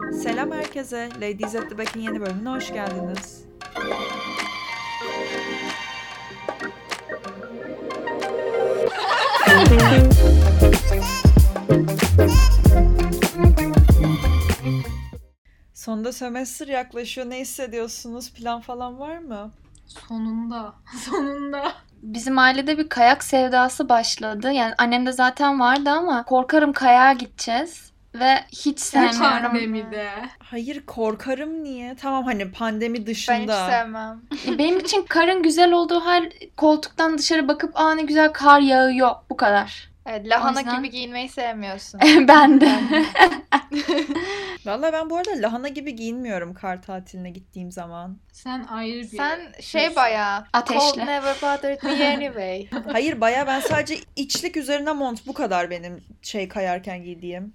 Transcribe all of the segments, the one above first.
Selam herkese. Ladies at the Back'in yeni bölümüne hoş geldiniz. Sonunda sömestr yaklaşıyor. Ne hissediyorsunuz? Plan falan var mı? Sonunda. Bizim ailede bir kayak sevdası başladı. Yani annemde zaten vardı ama korkarım kayağa gideceğiz. Ve hiç sevmiyorum. Pandemide. Hayır, korkarım niye? Tamam, hani pandemi Ben dışında. hiç sevmem. Benim için karın güzel olduğu her koltuktan dışarı bakıp ne güzel kar yağıyor. Bu kadar. Evet, O lahana yüzden- gibi giyinmeyi sevmiyorsun. Ben de. Vallahi ben bu arada lahana gibi giyinmiyorum kar tatiline gittiğim zaman. Sen ayrı bir... Sen bayağı Ateşli. cold never bothered me anyway. Hayır, baya ben sadece içlik üzerine mont, bu kadar benim kayarken giydiğim.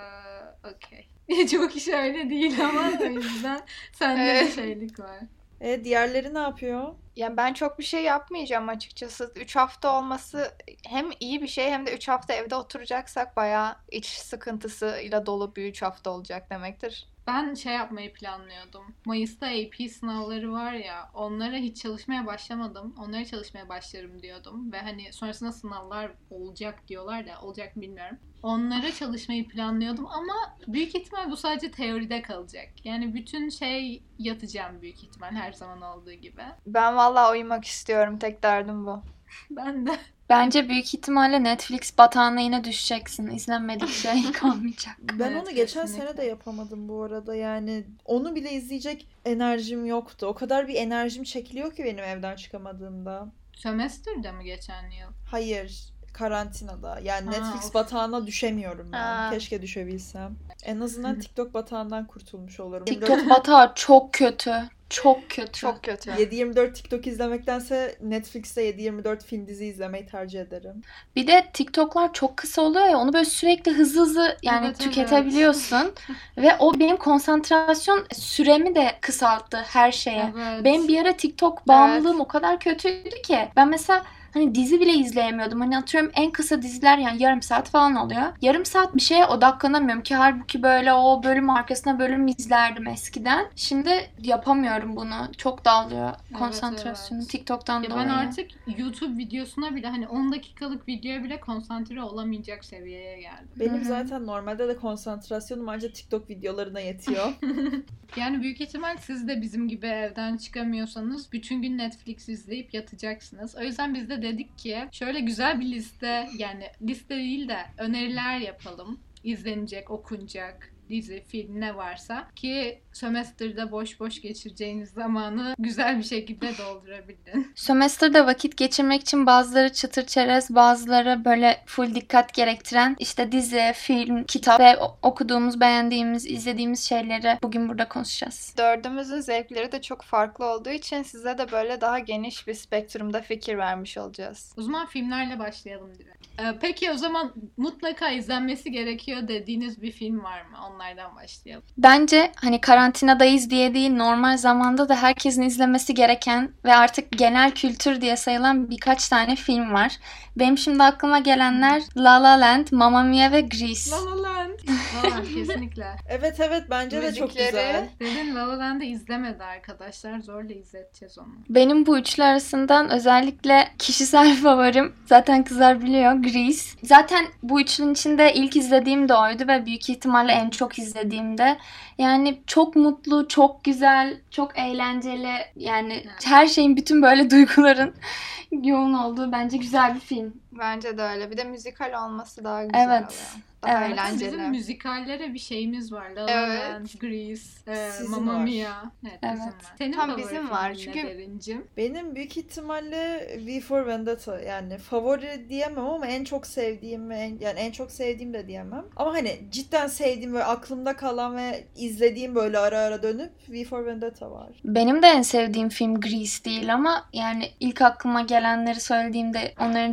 Okey. Çok kişi öyle değil ama o yüzden sende bir şeylik var. Diğerleri ne yapıyor? Yani ben çok bir şey yapmayacağım açıkçası. 3 hafta olması hem iyi bir şey hem de 3 hafta evde oturacaksak bayağı iç sıkıntısıyla dolu bir 3 hafta olacak demektir. Ben yapmayı planlıyordum. Mayıs'ta AP sınavları var ya, onlara hiç çalışmaya başlamadım. Onlara çalışmaya başlarım diyordum. Ve hani sonrasında sınavlar olacak diyorlar da olacak mı bilmiyorum. Onlara çalışmayı planlıyordum ama büyük ihtimal bu sadece teoride kalacak. Yani bütün yatacağım büyük ihtimal her zaman olduğu gibi. Ben vallahi uyumak istiyorum. Tek derdim bu. Ben de. Bence büyük ihtimalle Netflix batağına yine düşeceksin. İzlenmedik şey kalmayacak. Ben Evet, onu geçen kesinlikle. sene de yapamadım bu arada. Yani onu bile izleyecek enerjim yoktu. O kadar bir enerjim çekiliyor ki benim evden çıkamadığımda. Sömestr'de mi geçen yıl? Hayır, karantinada. Yani Ha, Netflix of. batağına düşemiyorum ben. Ha. Keşke düşebilsem. En azından TikTok batağından kurtulmuş olurum. TikTok batağı çok kötü. Çok kötü. Çok kötü. 7/24 TikTok izlemektense Netflix'te 7/24 film dizi izlemeyi tercih ederim. Bir de TikTok'lar çok kısa oluyor ya, onu böyle sürekli hızlı hızlı yani Evet, tüketebiliyorsun. Ve o benim konsantrasyon süremi de kısalttı her şeye. Evet. Benim bir ara TikTok bağımlılığım o kadar kötüydü ki ben mesela hani dizi bile izleyemiyordum. Hani atıyorum en kısa diziler yani yarım saat falan oluyor. Yarım saat bir şeye odaklanamıyorum ki halbuki böyle o bölüm arkasına bölüm izlerdim eskiden. Şimdi yapamıyorum bunu. Çok dağılıyor konsantrasyonu evet. TikTok'tan Ya dolayı. ben artık YouTube videosuna bile hani 10 dakikalık videoya bile konsantre olamayacak seviyeye geldim. Benim Hı hı. zaten normalde de konsantrasyonum ancak TikTok videolarına yetiyor. Yani büyük ihtimal siz de bizim gibi evden çıkamıyorsanız bütün gün Netflix izleyip yatacaksınız. O yüzden biz de dedik ki şöyle güzel bir liste, yani liste değil de öneriler yapalım. İzlenecek, okunacak dizi, film ne varsa ki sömestrde boş boş geçireceğiniz zamanı güzel bir şekilde doldurabildin. Sömestrde vakit geçirmek için bazıları çıtır çerez, bazıları böyle full dikkat gerektiren işte dizi, film, kitap ve okuduğumuz, beğendiğimiz, izlediğimiz şeyleri bugün burada konuşacağız. Dördümüzün zevkleri de çok farklı olduğu için size de böyle daha geniş bir spektrumda fikir vermiş olacağız. O zaman filmlerle başlayalım direkt. Peki o zaman mutlaka izlenmesi gerekiyor dediğiniz bir film var mı? Onlardan başlayalım. Bence hani karantinadayız diye değil, normal zamanda da herkesin izlemesi gereken ve artık genel kültür diye sayılan birkaç tane film var. Benim şimdi aklıma gelenler La La Land, Mamma Mia ve Grease. La La Land. La La Land kesinlikle. Evet, bence de çok Müzikleri- güzel. Selin La La Land'ı izlemedi arkadaşlar. Zorla izleteceğiz onu. Benim bu üçlü arasından özellikle kişisel favorim, zaten kızlar biliyor, Grease. Zaten bu üçlünün içinde ilk izlediğim de oydu ve büyük ihtimalle en çok izlediğim de. Yani çok mutlu, çok güzel, çok eğlenceli. Yani her şeyin, bütün böyle duyguların yoğun olduğu bence güzel bir film. Bence de öyle. Bir de müzikal olması daha güzel Evet. oluyor. Daha Evet. eğlenceli. Bizim müzikallere bir şeyimiz var. La La Evet. Land, Grease, Sizin Mamma var. Mia. Evet, bizim Evet. var. Senin Tam favori bizim var. filmin Çünkü- ne Derincim? Benim büyük ihtimalle V for Vendetta, yani favori diyemem ama en çok sevdiğim ve yani en çok sevdiğim de diyemem. Ama hani cidden sevdiğim ve aklımda kalan ve izlediğim böyle ara ara dönüp V for Vendetta var. Benim de en sevdiğim film Grease değil ama yani ilk aklıma gelenleri söylediğimde onların içinden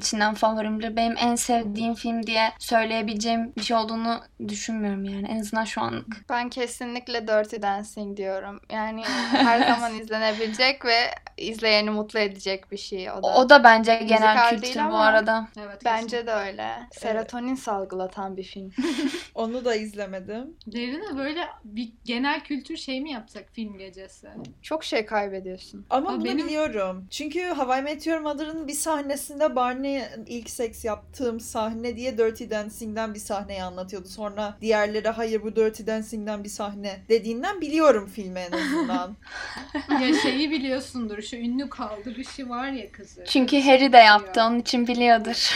favorimdir. Benim en sevdiğim film diye söyleyebileceğim bir şey olduğunu düşünmüyorum yani. En azından şu anlık. Ben kesinlikle Dirty Dancing diyorum. Yani her zaman izlenebilecek ve izleyeni mutlu edecek bir şey o da. O da bence genel Müzikal kültür değil bu ama arada. Evet, bence de öyle. Serotonin salgılatan bir film. Onu da izlemedim. Derine böyle bir genel kültür şey mi yapsak, film gecesi? Çok şey kaybediyorsun. Ama Aa, bunu benim- biliyorum. Çünkü How I Met Your Mother'ın bir sahnesinde Barney ilk seks yaptığım sahne diye Dirty Dancing'den bir sahneyi anlatıyordu. Sonra diğerleri hayır bu Dirty Dancing'den bir sahne dediğinden biliyorum filmi en azından. Ya şeyi biliyorsundur, şu ünlü kaldırışı var ya kızı. Çünkü Harry de yaptı. Onun için biliyordur.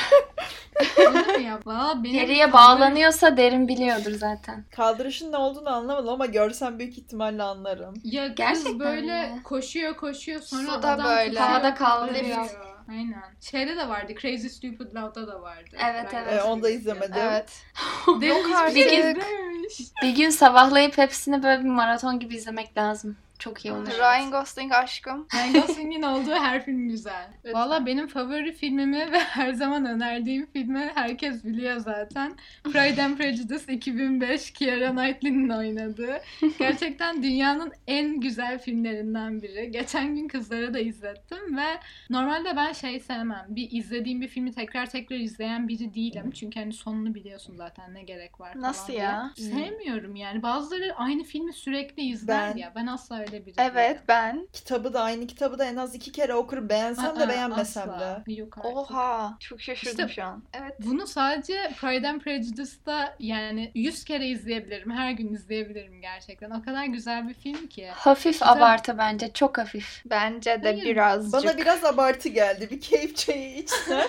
Öyle mi ya? Valla benim Harry'e bağlanıyorsa Derin biliyordur zaten. Kaldırışın ne olduğunu anlamadım ama görsem büyük ihtimalle anlarım. Ya kız Gerçekten böyle mi? koşuyor sonra Suda adam böyle. tutuyor, Havada kaldırıyor. kaldırıyor. Aynen. Şeyde de vardı. Crazy Stupid Love'da da vardı. Evet, Ben evet. Onu da izlemedim. Evet. Derin Yok hiçbir şey artık. izlememiş. Bir gün sabahlayıp hepsini böyle bir maraton gibi izlemek lazım. Çok iyi olur. Ryan Gosling aşkım. Ryan Gosling'in olduğu her film güzel. Valla benim favori filmimi ve her zaman önerdiğim filmi herkes biliyor zaten. Pride and Prejudice 2005, Keira Knightley'nin oynadığı. Gerçekten dünyanın en güzel filmlerinden biri. Geçen gün kızlara da izlettim ve normalde ben şey sevmem. Bir izlediğim bir filmi tekrar izleyen biri değilim. Çünkü hani sonunu biliyorsun zaten, ne gerek var falan Nasıl diye. ya? Sevmiyorum yani. Bazıları aynı filmi sürekli izler ya. Ben asla öyle biri Evet değilim. ben. Aynı kitabı da en az 2 kere okurum. Beğensem de beğenmesem asla. de. Yok artık. Oha. Çok şaşırdım İşte şu an. Evet. Bunu sadece Pride and Prejudice'da yani 100 kere izleyebilirim. Her gün izleyebilirim gerçekten. O kadar güzel bir film ki. Hafif abartı bence. Çok hafif. Bence de Hayır, birazcık. Bana biraz abartı geldi. Bir keyif çayı içsem.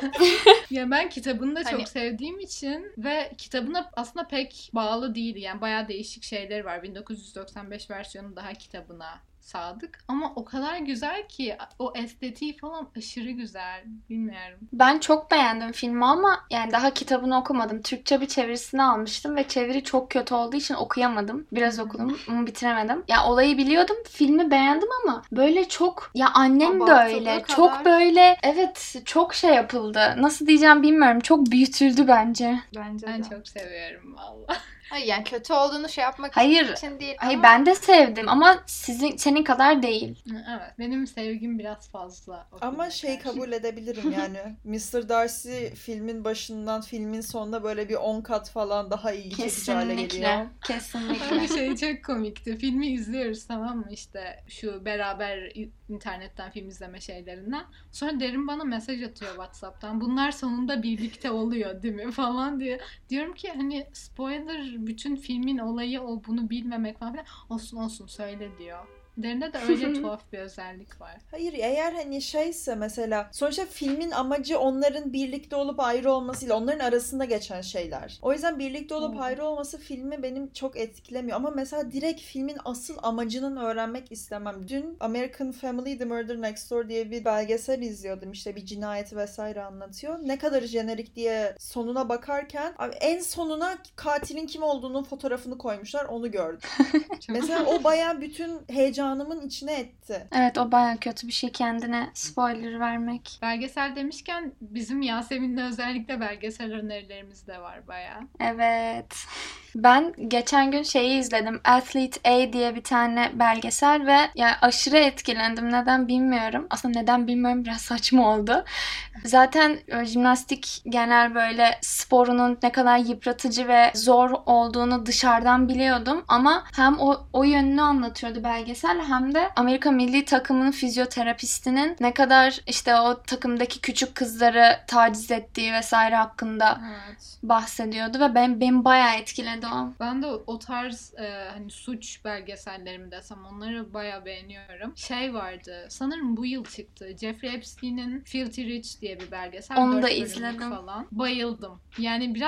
Ya ben kitabını da çok Hani- sevdiğim için ve kitabına aslında pek bağlı değil. Yani bayağı değişik şeyleri var. 1995 versiyonu daha kitabına sadık. Ama o kadar güzel ki o estetiği falan aşırı güzel. Bilmiyorum. Ben çok beğendim filmi ama yani daha kitabını okumadım. Türkçe bir çevirisini almıştım ve çeviri çok kötü olduğu için okuyamadım. Biraz okudum ama bitiremedim. Ya olayı biliyordum. Filmi beğendim ama böyle çok, ya annem de Abartıldığı öyle. kadar. Çok böyle, evet, çok şey yapıldı. Nasıl diyeceğim bilmiyorum. Çok büyütüldü bence. Bence Ben de. çok seviyorum valla. Hayır yani kötü olduğunu şey yapmak Hayır. için değil Hayır, ama ben de sevdim ama senin kadar değil. Evet. Benim sevgim biraz fazla. o Ama filme şey karşı. kabul edebilirim yani. Mr. Darcy filmin başından filmin sonuna böyle bir 10 kat falan daha ilgi çekici hale geliyor. Kesinlikle. Kesinlikle. Bir şey çok komikti. Filmi izliyoruz, tamam mı, işte şu beraber internetten film izleme şeylerinden. Sonra Derin bana mesaj atıyor WhatsApp'tan. Bunlar sonunda birlikte oluyor değil mi falan diye. Diyorum ki hani spoiler, bütün filmin olayı o, bunu bilmemek falan filan. Olsun söyle diyor. Derinde de öyle tuhaf bir özellik var. Hayır, eğer hani şeyse mesela sonuçta filmin amacı onların birlikte olup ayrı olmasıyla onların arasında geçen şeyler. O yüzden birlikte olup ayrı olması filmi benim çok etkilemiyor. Ama mesela direkt filmin asıl amacının öğrenmek istemem. Dün American Family The Murder Next Door diye bir belgesel izliyordum. İşte bir cinayeti vesaire anlatıyor. Ne kadar jenerik diye sonuna bakarken abi en sonuna katilin kim olduğunun fotoğrafını koymuşlar. Onu gördüm. Çok... Mesela o bayağı bütün heyecanımın içine etti. Evet, o baya kötü bir şey kendine spoiler vermek. Belgesel demişken bizim Yasemin'le özellikle belgesel önerilerimiz de var bayağı. Evet. Ben geçen gün şeyi izledim. Athlete A diye bir tane belgesel ve yani aşırı etkilendim. Neden bilmiyorum. Aslında neden bilmiyorum, biraz saçma oldu. Zaten jimnastik genel böyle sporunun ne kadar yıpratıcı ve zor olduğunu dışarıdan biliyordum. Ama hem o yönünü anlatıyordu belgesel, hem de Amerika milli takımının fizyoterapistinin ne kadar işte o takımdaki küçük kızları taciz ettiği vesaire hakkında Evet. bahsediyordu ve beni bayağı etkiledi o. Ben de o tarz hani suç belgeselleri mi desem, onları bayağı beğeniyorum. Şey vardı, sanırım bu yıl çıktı. Jeffrey Epstein'in Filthy Rich diye bir belgesel. Onu 4 da bölümlük izledim. falan. Bayıldım. Yani biraz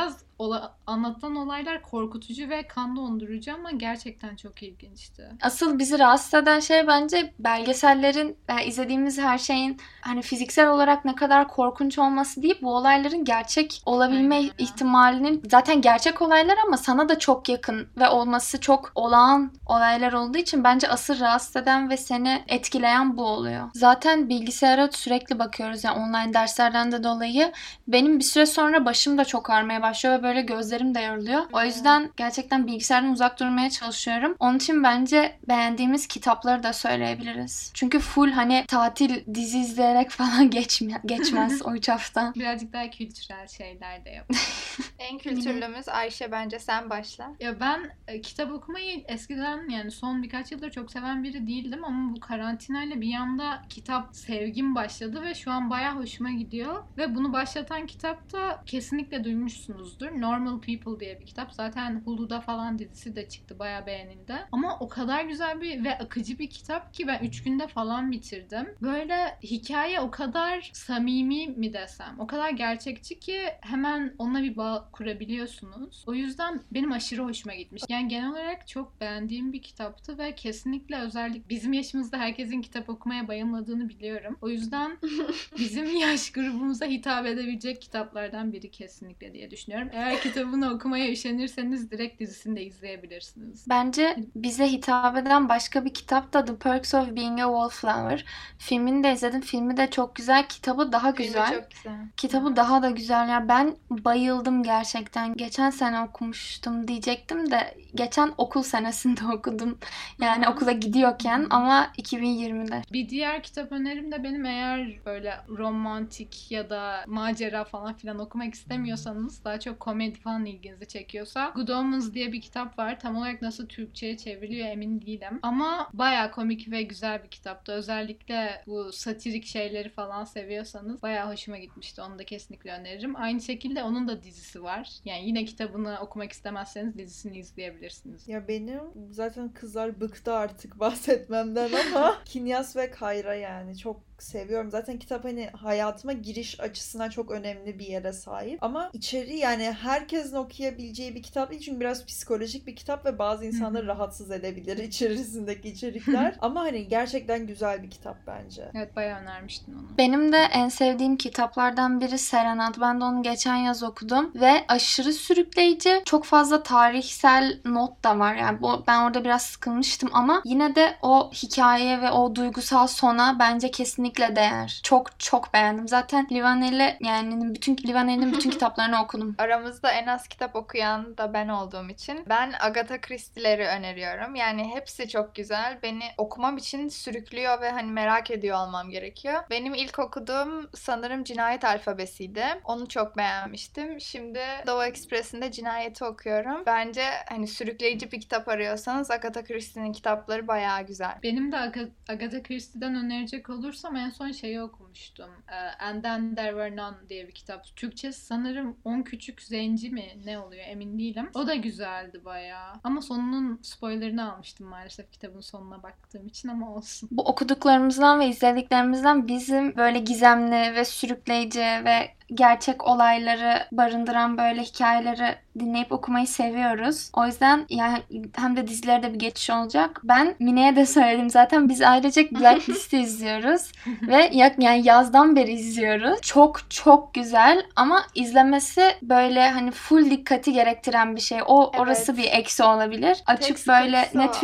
anlatılan olaylar korkutucu ve kan dondurucu ama gerçekten çok ilginçti. Asıl bizi rahatsız eden şey bence belgesellerin, izlediğimiz her şeyin hani fiziksel olarak ne kadar korkunç olması değil, bu olayların gerçek olabilme Aynen öyle. ihtimalinin, zaten gerçek olaylar ama sana da çok yakın ve olması çok olağan olaylar olduğu için bence asıl rahatsız eden ve seni etkileyen bu oluyor. Zaten bilgisayara sürekli bakıyoruz yani online derslerden de dolayı benim bir süre sonra başım da çok ağrımaya başlıyor ve böyle gözlerim de yoruluyor. O yüzden gerçekten bilgisayardan uzak durmaya çalışıyorum. Onun için bence beğendiğimiz kitapları da söyleyebiliriz. Çünkü full hani tatil dizi izleyerek falan geçmez o 3 hafta. Birazcık daha kültürel şeyler de yap. En kültürlümüz Ayşe, bence sen başla. Ya ben kitap okumayı eskiden yani son birkaç yıldır çok seven biri değildim ama bu karantinayla bir anda kitap sevgim başladı ve şu an bayağı hoşuma gidiyor. Ve bunu başlatan kitap da kesinlikle duymuşsunuzdur. Normal People diye bir kitap. Zaten Hulu'da falan dizisi de çıktı. Bayağı beğenildi. Ama o kadar güzel ve akıcı bir kitap ki ben 3 günde falan bitirdim. Böyle hikaye o kadar samimi mi desem, o kadar gerçekçi ki hemen onunla bir bağ kurabiliyorsunuz. O yüzden benim aşırı hoşuma gitmiş. Yani genel olarak çok beğendiğim bir kitaptı ve kesinlikle özellikle bizim yaşımızda herkesin kitap okumaya bayılmadığını biliyorum. O yüzden bizim yaş grubumuza hitap edebilecek kitaplardan biri kesinlikle diye düşünüyorum. Eğer kitabını okumaya üşenirseniz direkt dizisini de izleyebilirsiniz. Bence bize hitap eden başka bir kitap da The Perks of Being a Wallflower. Filmini de izledim. Filmi de çok güzel. Kitabı daha güzel. Filmi çok güzel. Kitabı daha da güzel. Yani ben bayıldım gerçekten. Geçen sene okumuştum diyecektim de geçen okul senesinde okudum. Yani okula gidiyorken ama 2020'de. Bir diğer kitap önerim de benim, eğer böyle romantik ya da macera falan filan okumak istemiyorsanız, daha çok komedi falan ilginizi çekiyorsa, Good Omens diye bir kitap var. Tam olarak nasıl Türkçe'ye çevriliyor emin değilim. Ama bayağı komik ve güzel bir kitaptı. Özellikle bu satirik şeyleri falan seviyorsanız bayağı hoşuma gitmişti. Onu da kesinlikle öneririm. Aynı şekilde onun da dizisi var. Yani yine kitabını okumak istemezseniz dizisini izleyebilirsiniz. Ya benim zaten kızlar bıktı artık bahsetmemden ama Kinyas ve Kayra yani çok seviyorum. Zaten kitap hani hayatıma giriş açısından çok önemli bir yere sahip. Ama içeriği yani herkesin okuyabileceği bir kitap değil. Çünkü biraz psikolojik bir kitap ve bazı insanları rahatsız edebilir içerisindeki içerikler. Ama hani gerçekten güzel bir kitap bence. Evet, bayağı önermiştin onu. Benim de en sevdiğim kitaplardan biri Serenat. Ben de onu geçen yaz okudum ve aşırı sürükleyici. Çok fazla tarihsel not da var. Yani ben orada biraz sıkılmıştım ama yine de o hikaye ve o duygusal sona bence kesinlikle değer. Çok çok beğendim. Zaten Livaneli'nin bütün kitaplarını okudum. Aramızda en az kitap okuyan da ben olduğum için ben Agatha Christie'leri öneriyorum. Yani hepsi çok güzel. Beni okumam için sürüklüyor ve hani merak ediyor olmam gerekiyor. Benim ilk okuduğum sanırım Cinayet Alfabesi'ydi. Onu çok beğenmiştim. Şimdi Doğu Ekspresi'nde Cinayet'i okuyorum. Bence hani sürükleyici bir kitap arıyorsanız Agatha Christie'nin kitapları bayağı güzel. Benim de Agatha Christie'den önerecek olursam en son şeyi okumuştum. And Then There Were None diye bir kitap. Türkçesi sanırım 10 Küçük Zenci mi ne oluyor emin değilim. O da güzeldi bayağı. Ama sonunun spoilerını almıştım maalesef kitabın sonuna baktığım için, ama olsun. Bu okuduklarımızdan ve izlediklerimizden bizim böyle gizemli ve sürükleyici ve gerçek olayları barındıran böyle hikayeleri dinleyip okumayı seviyoruz. O yüzden yani hem de dizilerde bir geçiş olacak. Ben Mine'ye de söyledim zaten, biz ailecek Blacklist'i izliyoruz ve yani yazdan beri izliyoruz. Çok çok güzel ama izlemesi böyle hani full dikkati gerektiren bir şey. Orası bir eksi olabilir. Açıp böyle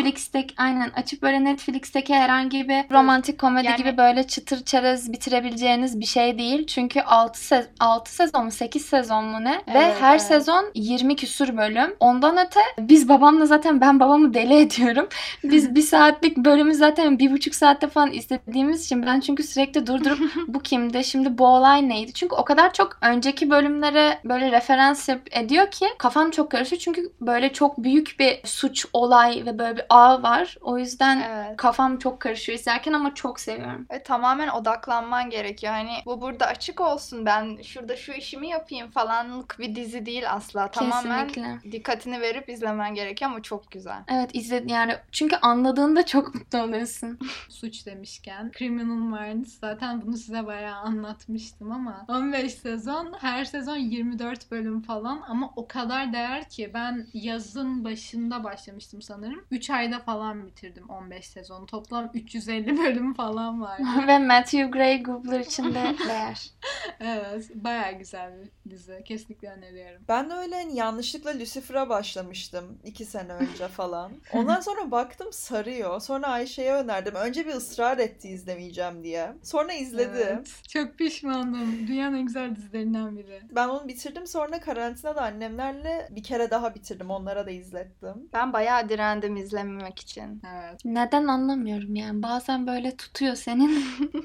Netflix'teki herhangi bir romantik komedi gibi böyle çıtır çerez bitirebileceğiniz bir şey değil. Çünkü 6 sezon mu 8 sezon mu ne? Evet, ve her sezon 20 küsur bölüm. Ondan öte biz babamla zaten ben babamı deli ediyorum. Biz bir saatlik bölümü zaten 1,5 saatte falan izlediğimiz için ben çünkü sürekli durdurup bu kimdi? Şimdi bu olay neydi? Çünkü o kadar çok önceki bölümlere böyle referans ediyor ki kafam çok karışıyor. Çünkü böyle çok büyük bir suç, olay ve böyle bir ağ var. O yüzden kafam çok karışıyor izlerken ama çok seviyorum. Tamamen odaklanman gerekiyor. Hani bu burada açık olsun, ben şurada şu işimi yapayım falanlık bir dizi değil asla. Tamamen dikkatini verip izlemen gerekiyor ama çok güzel. Evet, yani çünkü anladığında çok mutlu oluyorsun. Suç demişken Criminal Minds, zaten bunu size bayağı anlatmıştım ama 15 sezon, her sezon 24 bölüm falan ama o kadar değer ki ben yazın başında başlamıştım sanırım. 3 ayda falan bitirdim 15 sezonu. Toplam 350 bölüm falan vardı. Ve Matthew Gray Googler için de değer. Evet, bayağı güzel bir dizi. Kesinlikle öneriyorum. Ben de öyle hani yanlışlıkla Lucifer'a başlamıştım 2 sene önce falan. Ondan sonra baktım sarıyor. Sonra Ayşe'ye önerdim. Önce bir ısrar etti izlemeyeceğim diye. Sonra izledi. Evet, çok pişmanım. Dünyanın en güzel dizilerinden biri. Ben onu bitirdim. Sonra karantinada annemlerle bir kere daha bitirdim. Onlara da izlettim. Ben bayağı direndim izlememek için. Evet. Neden anlamıyorum yani. Bazen böyle tutuyor senin.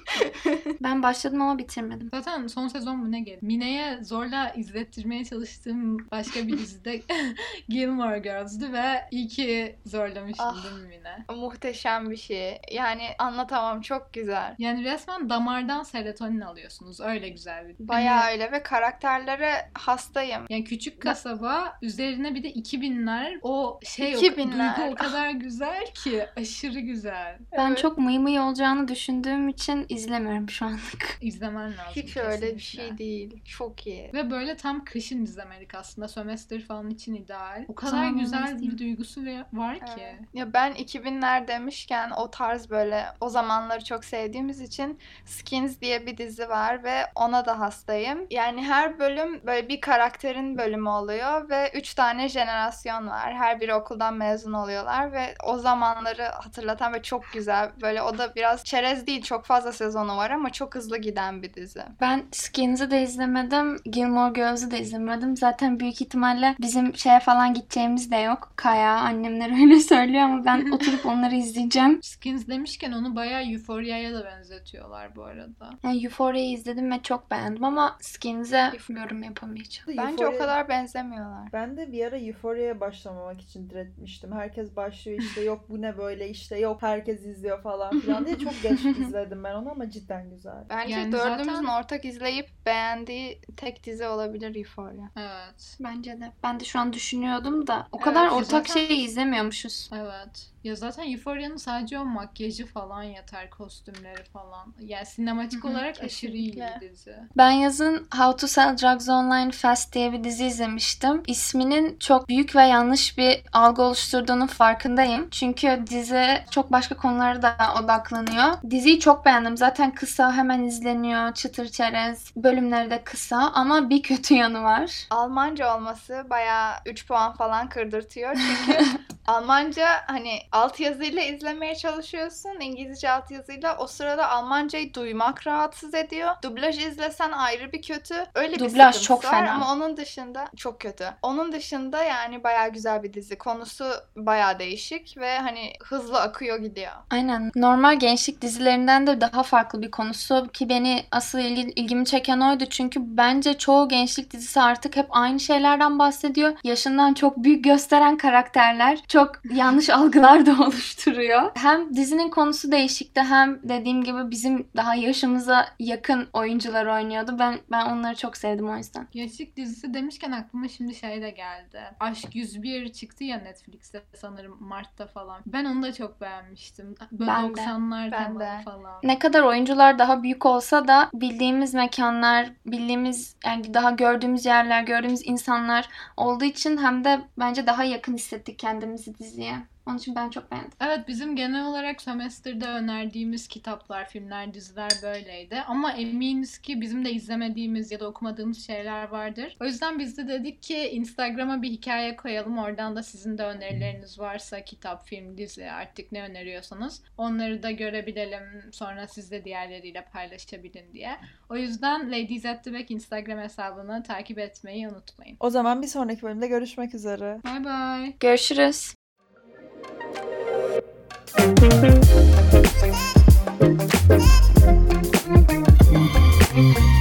Ben başladım ama bitirmedim. Zaten son sezon mu ne geldi? Mine'ye zorla izlettirmeye çalıştığım başka bir dizide Gilmore Girls'dü ve iyi ki zorlamışım değil mi Mine? Muhteşem bir şey. Yani anlatamam, çok güzel. Yani resmen damardan serotonin alıyorsunuz. Öyle güzel bir. Bayağı öyle ve karakterlere hastayım. Yani küçük kasaba üzerine bir de 2000'ler o şey 2000'ler. duygu o kadar güzel ki aşırı güzel. Ben Evet. çok mıy mıy olacağını düşündüğüm için izlemiyorum şu anlık. İzlemen lazım. Hiç öyle bir kesinlikle. şey değil. Çok iyi. Ve böyle tam kışın izlemelik aslında. Sömestr falan için ideal. O kadar Tamam, güzel izleyeyim. bir duygusu var ki. Evet. Ya ben 2000'ler demişken o tarz böyle o zamanları çok sevdiğimiz için Skins diye bir dizi var ve ona da hastayım. Yani her bölüm böyle bir karakterin bölümü oluyor ve 3 tane jenerasyon var. Her biri okuldan mezun oluyorlar ve o zamanları hatırlatan ve çok güzel. Böyle o da biraz çerez değil, çok fazla sezonu var ama çok hızlı giden bir dizi. Ben Skins'i de izlemedim. Gilmore Girls'ı da izlemedim. Zaten büyük ihtimalle bizim şeye falan gideceğimiz de yok. Kaya, annemler öyle söylüyor ama ben oturup onları izleyeceğim. Skins demişken onu bayağı Euphoria'ya da benzetiyorlar bu arada. Yani Euphoria'yı izledim ve çok beğendim ama Skins'e yorum yapamayacağım. Bence o kadar benzemiyorlar. Ben de bir ara Euphoria'ya başlamamak için diretmiştim. Herkes başlıyor işte yok bu ne böyle işte yok herkes izliyor falan filan diye çok geç izledim ben onu ama cidden güzel. Bence Yani dördümüzün zaten- ortak izleyip beğendiği tek dizi olabilir Euphoria. Evet. Bence de. Ben de şu an düşünüyordum da o Evet, kadar ki ortak zaten- şeyi izlemiyormuşuz. Evet. Ya zaten Euphoria'nın sadece o makyajı falan yeter, kostümleri falan. Yani sinematik Hı hı, olarak aşırı iyi kesinlikle. bir dizi. Ben yazın How to Sell Drugs Online Fast diye bir dizi izlemiştim. İsminin çok büyük ve yanlış bir algı oluşturduğunun farkındayım. Çünkü dizi çok başka konulara da odaklanıyor. Diziyi çok beğendim. Zaten kısa, hemen izleniyor. Çıtır çerez. Bölümleri de kısa ama bir kötü yanı var. Almanca olması bayağı 3 puan falan kırdırtıyor. Çünkü Almanca hani altyazıyla izlemeye çalışıyorsun. İngilizce altyazıyla. O sırada Almancayı duymak rahatsız ediyor. Dublaj izlesen ayrı bir kötü. Öyle bir Dublaj sıkıntısı çok var. fena. Ama onun dışında çok kötü. Onun dışında yani bayağı güzel bir dizi. Konusu bayağı değişik ve hani hızlı akıyor gidiyor. Aynen. Normal gençlik dizilerinden de daha farklı bir konusu ki beni asıl ilgimi çeken oydu. Çünkü bence çoğu gençlik dizisi artık hep aynı şeylerden bahsediyor. Yaşından çok büyük gösteren karakterler çok yanlış algılar da oluşturuyor. Hem dizinin konusu değişikti hem dediğim gibi bizim daha yaşımıza yakın oyuncular oynuyordu. Ben onları çok sevdim o yüzden. Gençlik dizisi demişken aklıma şimdi şey de geldi. Aşk 101 çıktı ya Netflix'te sanırım Mart'ta falan. Ben onu da çok beğenmiştim. Böyle Ben de. 90'lar Ben temalı de. falan. Ne kadar oyuncular daha büyük olsa da bildiğimiz mekanlar, bildiğimiz yani daha gördüğümüz yerler, gördüğümüz insanlar olduğu için hem de bence daha yakın hissettik kendimizi diziye. Onun için ben çok beğendim. Evet, bizim genel olarak sömestrde önerdiğimiz kitaplar, filmler, diziler böyleydi. Ama eminiz ki bizim de izlemediğimiz ya da okumadığımız şeyler vardır. O yüzden biz de dedik ki Instagram'a bir hikaye koyalım. Oradan da sizin de önerileriniz varsa kitap, film, dizi artık ne öneriyorsanız onları da görebilelim. Sonra siz de diğerleriyle paylaşabilin diye. O yüzden Ladies at the Back Instagram hesabını takip etmeyi unutmayın. O zaman bir sonraki bölümde görüşmek üzere. Bye bye. Görüşürüz. Thank you.